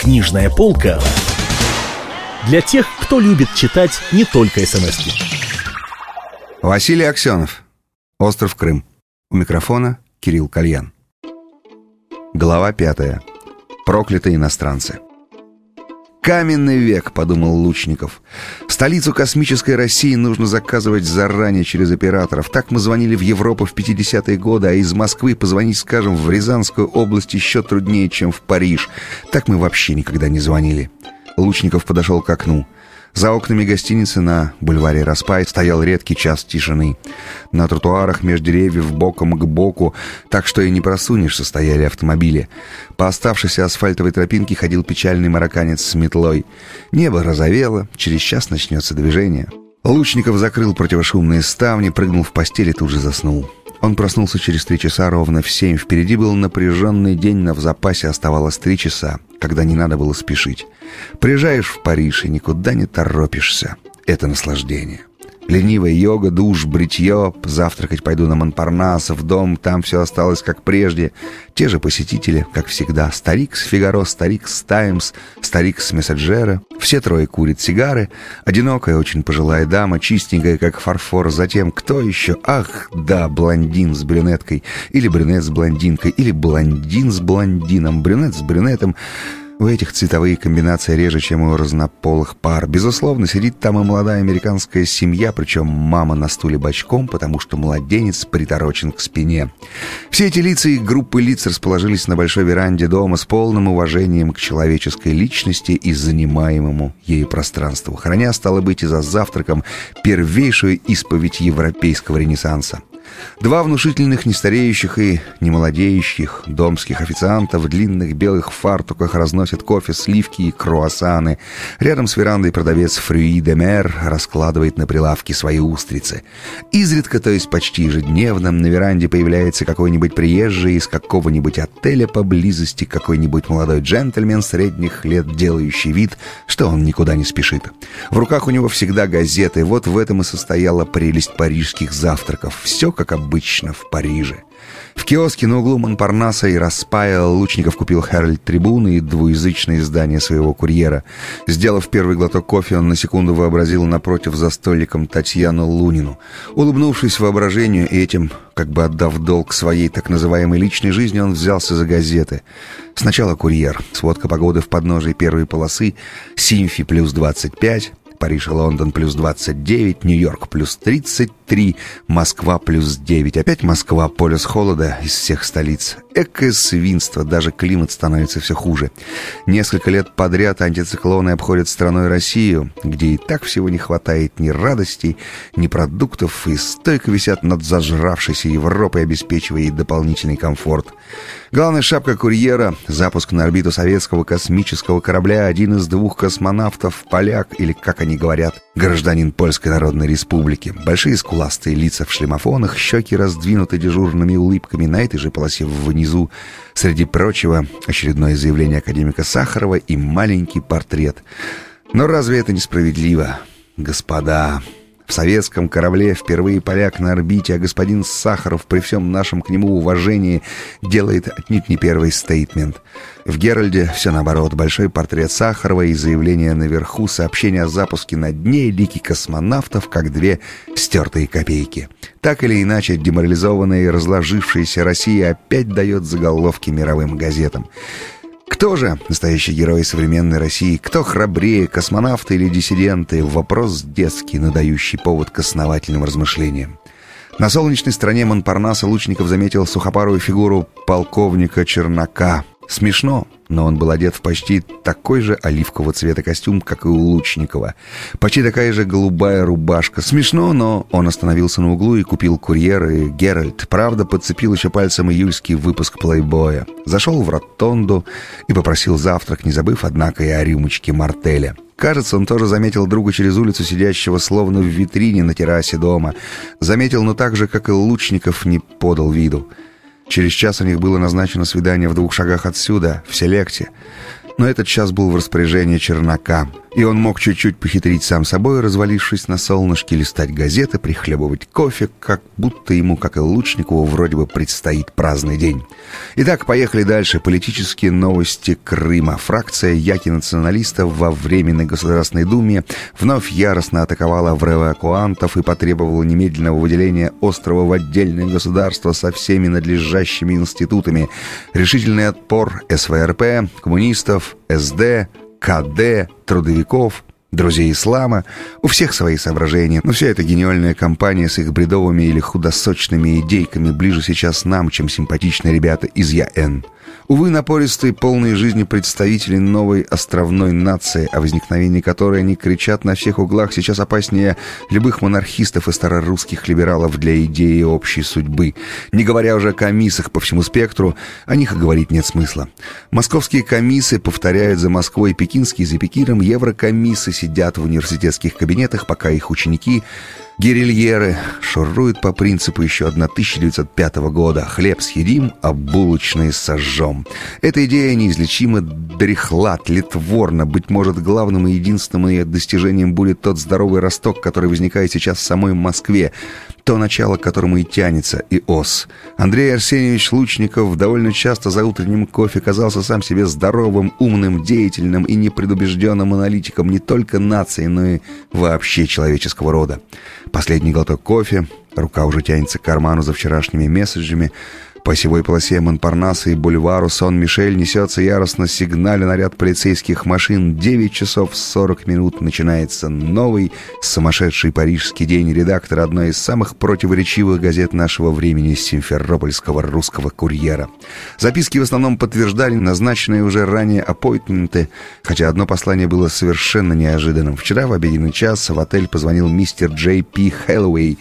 Книжная полка для тех, кто любит читать не только смс-ки. Василий Аксенов. Остров Крым. У микрофона Кирилл Кальян. Глава 5. Проклятые иностранцы. «Каменный век», — подумал Лучников. «Столицу космической России нужно заказывать заранее через операторов. Так мы звонили в Европу в 50-е годы, а из Москвы позвонить, скажем, в Рязанскую область еще труднее, чем в Париж. Так мы вообще никогда не звонили». Лучников подошел к окну. За окнами гостиницы на бульваре Распай стоял редкий час тишины. На тротуарах меж деревьев боком к боку, так что и не просунешься, стояли автомобили. По оставшейся асфальтовой тропинке ходил печальный марокканец с метлой. Небо розовело, через час начнется движение. Лучников закрыл противошумные ставни, прыгнул в постель и тут же заснул. Он проснулся через 3 часа ровно в 7. Впереди был напряженный день, но в запасе оставалось 3 часа, когда не надо было спешить. Приезжаешь в Париж и никуда не торопишься. Это наслаждение. Ленивая йога, душ, бритье. Завтракать пойду на Монпарнас, в дом, там все осталось как прежде. Те же посетители, как всегда. Старик с Фигаро, старик с Таймс, старик с Мессенджера. Все трое курят сигары. Одинокая, очень пожилая дама, чистенькая, как фарфор. Затем кто еще? Ах, да, блондин с брюнеткой. Или брюнет с блондинкой. Или блондин с блондином. Брюнет с брюнетом. У этих цветовые комбинации реже, чем у разнополых пар. Безусловно, сидит там и молодая американская семья, причем мама на стуле бочком, потому что младенец приторочен к спине. Все эти лица и группы лиц расположились на большой веранде дома с полным уважением к человеческой личности и занимаемому ею пространству, храня, стало быть, и за завтраком первейшую исповедь европейского ренессанса. 2 внушительных, нестареющих и немолодеющих домских официанта в длинных белых фартуках разносят кофе, сливки и круассаны. Рядом с верандой продавец Фрюи де Мер раскладывает на прилавке свои устрицы. Изредка, то есть почти ежедневно, на веранде появляется какой-нибудь приезжий из какого-нибудь отеля поблизости, какой-нибудь молодой джентльмен средних лет, делающий вид, что он никуда не спешит. В руках у него всегда газеты. Вот в этом и состояла прелесть парижских завтраков. Все как обычно в Париже. В киоске на углу Монпарнаса и Распая Лучников купил «Herald Tribune» и двуязычное издание своего «Курьера». Сделав первый глоток кофе, он на секунду вообразил напротив за столиком Татьяну Лунину. Улыбнувшись воображению и этим, как бы отдав долг своей так называемой личной жизни, он взялся за газеты. Сначала «Курьер». Сводка погоды в подножии первой полосы. Симфи плюс 25. Париж и Лондон плюс 29, Нью-Йорк плюс 33, Москва плюс 9. Опять Москва, полюс холода из всех столиц. Экое свинство, даже климат становится все хуже. Несколько лет подряд антициклоны обходят страной Россию, где и так всего не хватает ни радостей, ни продуктов, и стойко висят над зажравшейся Европой, обеспечивая ей дополнительный комфорт. Главная шапка «Курьера» — запуск на орбиту советского космического корабля. Один из 2 космонавтов, поляк, или, как они говорят, гражданин Польской Народной Республики. Большие скуластые лица в шлемофонах, щеки раздвинуты дежурными улыбками. На этой же полосе внизу, среди прочего, очередное заявление академика Сахарова и маленький портрет. Но разве это несправедливо, господа? В советском корабле впервые поляк на орбите, а господин Сахаров при всем нашем к нему уважении делает отнюдь не первый стейтмент. В «Геральде» все наоборот. Большой портрет Сахарова и заявление наверху, сообщение о запуске на дне, лики космонавтов, как 2 стертые копейки. Так или иначе, деморализованная и разложившаяся Россия опять дает заголовки мировым газетам. Кто же настоящий герой современной России? Кто храбрее, космонавты или диссиденты? Вопрос детский, надающий повод к основательным размышлениям. На солнечной стороне Монпарнаса Лучников заметил сухопарую фигуру полковника Чернака. Смешно, но он был одет в почти такой же оливкового цвета костюм, как и у Лучникова. Почти такая же голубая рубашка. Смешно, но он остановился на углу и купил «Курьер» и «Геральд». Правда, подцепил еще пальцем июльский выпуск «Плейбоя». Зашел в ротонду и попросил завтрак, не забыв, однако, и о рюмочке мартеля. Кажется, он тоже заметил друга через улицу, сидящего словно в витрине на террасе дома. Заметил, но так же, как и Лучников, не подал виду. Через час у них было назначено свидание в 2 шагах отсюда, в «Селекте». Но этот час был в распоряжении Чернака. И он мог чуть-чуть похитрить сам собой, развалившись на солнышке, листать газеты, прихлебывать кофе, как будто ему, как и Лучникову, вроде бы предстоит праздный день. Итак, поехали дальше. Политические новости Крыма. Фракция яки-националистов во Временной Государственной Думе вновь яростно атаковала евакуантов и потребовала немедленного выделения острова в отдельное государство со всеми надлежащими институтами. Решительный отпор СВРП, коммунистов, СД, КД, трудовиков, друзей ислама. У всех свои соображения, но вся эта гениальная компания с их бредовыми или худосочными идейками ближе сейчас нам, чем симпатичные ребята из ЯН. Увы, напористые, полные жизни представители новой островной нации, о возникновении которой они кричат на всех углах, сейчас опаснее любых монархистов и старорусских либералов для идеи общей судьбы. Не говоря уже о комиссах по всему спектру, о них и говорить нет смысла. Московские комиссы повторяют за Москвой, пекинские за Пекином, еврокомиссы сидят в университетских кабинетах, пока их ученики, гирильеры, шуруют по принципу еще 1905 года: «Хлеб съедим, а булочные сожжем». Эта идея неизлечимо дряхла, тлетворна. Быть может, главным и единственным ее достижением будет тот здоровый росток, который возникает сейчас в самой Москве, то начало, к которому и тянется ИОС. Андрей Арсеньевич Лучников довольно часто за утренним кофе казался сам себе здоровым, умным, деятельным и непредубежденным аналитиком не только нации, но и вообще человеческого рода. Последний глоток кофе, рука уже тянется к карману за вчерашними месседжами. По осевой полосе Монпарнаса и бульвару Сон-Мишель несется яростно сигналя наряд полицейских машин. 9 часов 40 минут начинается новый сумасшедший парижский день. Редактор одной из самых противоречивых газет нашего времени, Симферопольского русского курьера. Записки в основном подтверждали назначенные уже ранее аппоинтменты, хотя одно послание было совершенно неожиданным. Вчера в обеденный час в отель позвонил мистер Джей Пи Хэллоуэй,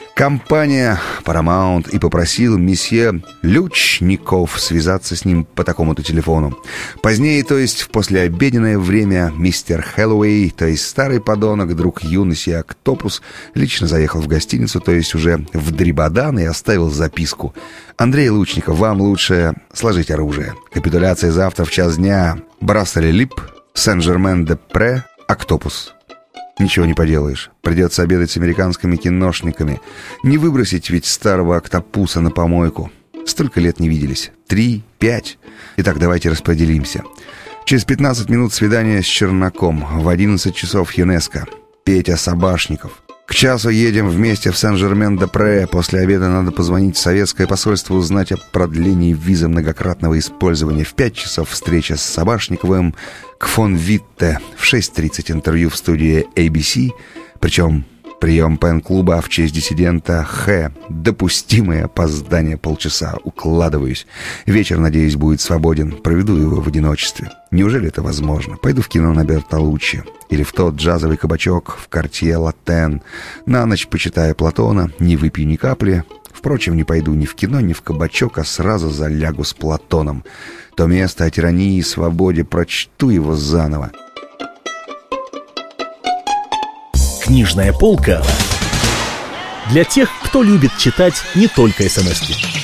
компания Paramount, и попросил месье Лучников связаться с ним по такому-то телефону. Позднее, то есть в послеобеденное время, мистер Хэллоуэй, то есть старый подонок, друг юности Октопус, лично заехал в гостиницу, то есть уже в Дрибадан, и оставил записку: «Андрей Лучников, вам лучше сложить оружие. Капитуляция завтра в час дня. Брассель-Лип, Сен-Жермен-де-Пре, Октопус». Ничего не поделаешь. Придется обедать с американскими киношниками. Не выбросить ведь старого октопуса на помойку. Столько лет не виделись. 3, 5. Итак, давайте распределимся. Через 15 минут свидание с Чернаком. В 11 часов ЮНЕСКО. Петя Собашников. К часу едем вместе в Сен-Жермен-де-Пре. После обеда надо позвонить в советское посольство, узнать о продлении визы многократного использования. В 5 часов встреча с Собашниковым. К фон Витте. В 6:30 интервью в студии ABC. Причем прием пен-клуба в честь диссидента Х. Допустимое опоздание полчаса. Укладываюсь. Вечер, надеюсь, будет свободен. Проведу его в одиночестве. Неужели это возможно? Пойду в кино на Бертолуччи. Или в тот джазовый кабачок в Картье Латен. На ночь почитаю Платона, не выпью ни капли. Впрочем, не пойду ни в кино, ни в кабачок, а сразу залягу с Платоном. То место о тирании и свободе, прочту его заново. Книжная полка для тех, кто любит читать не только СМСки.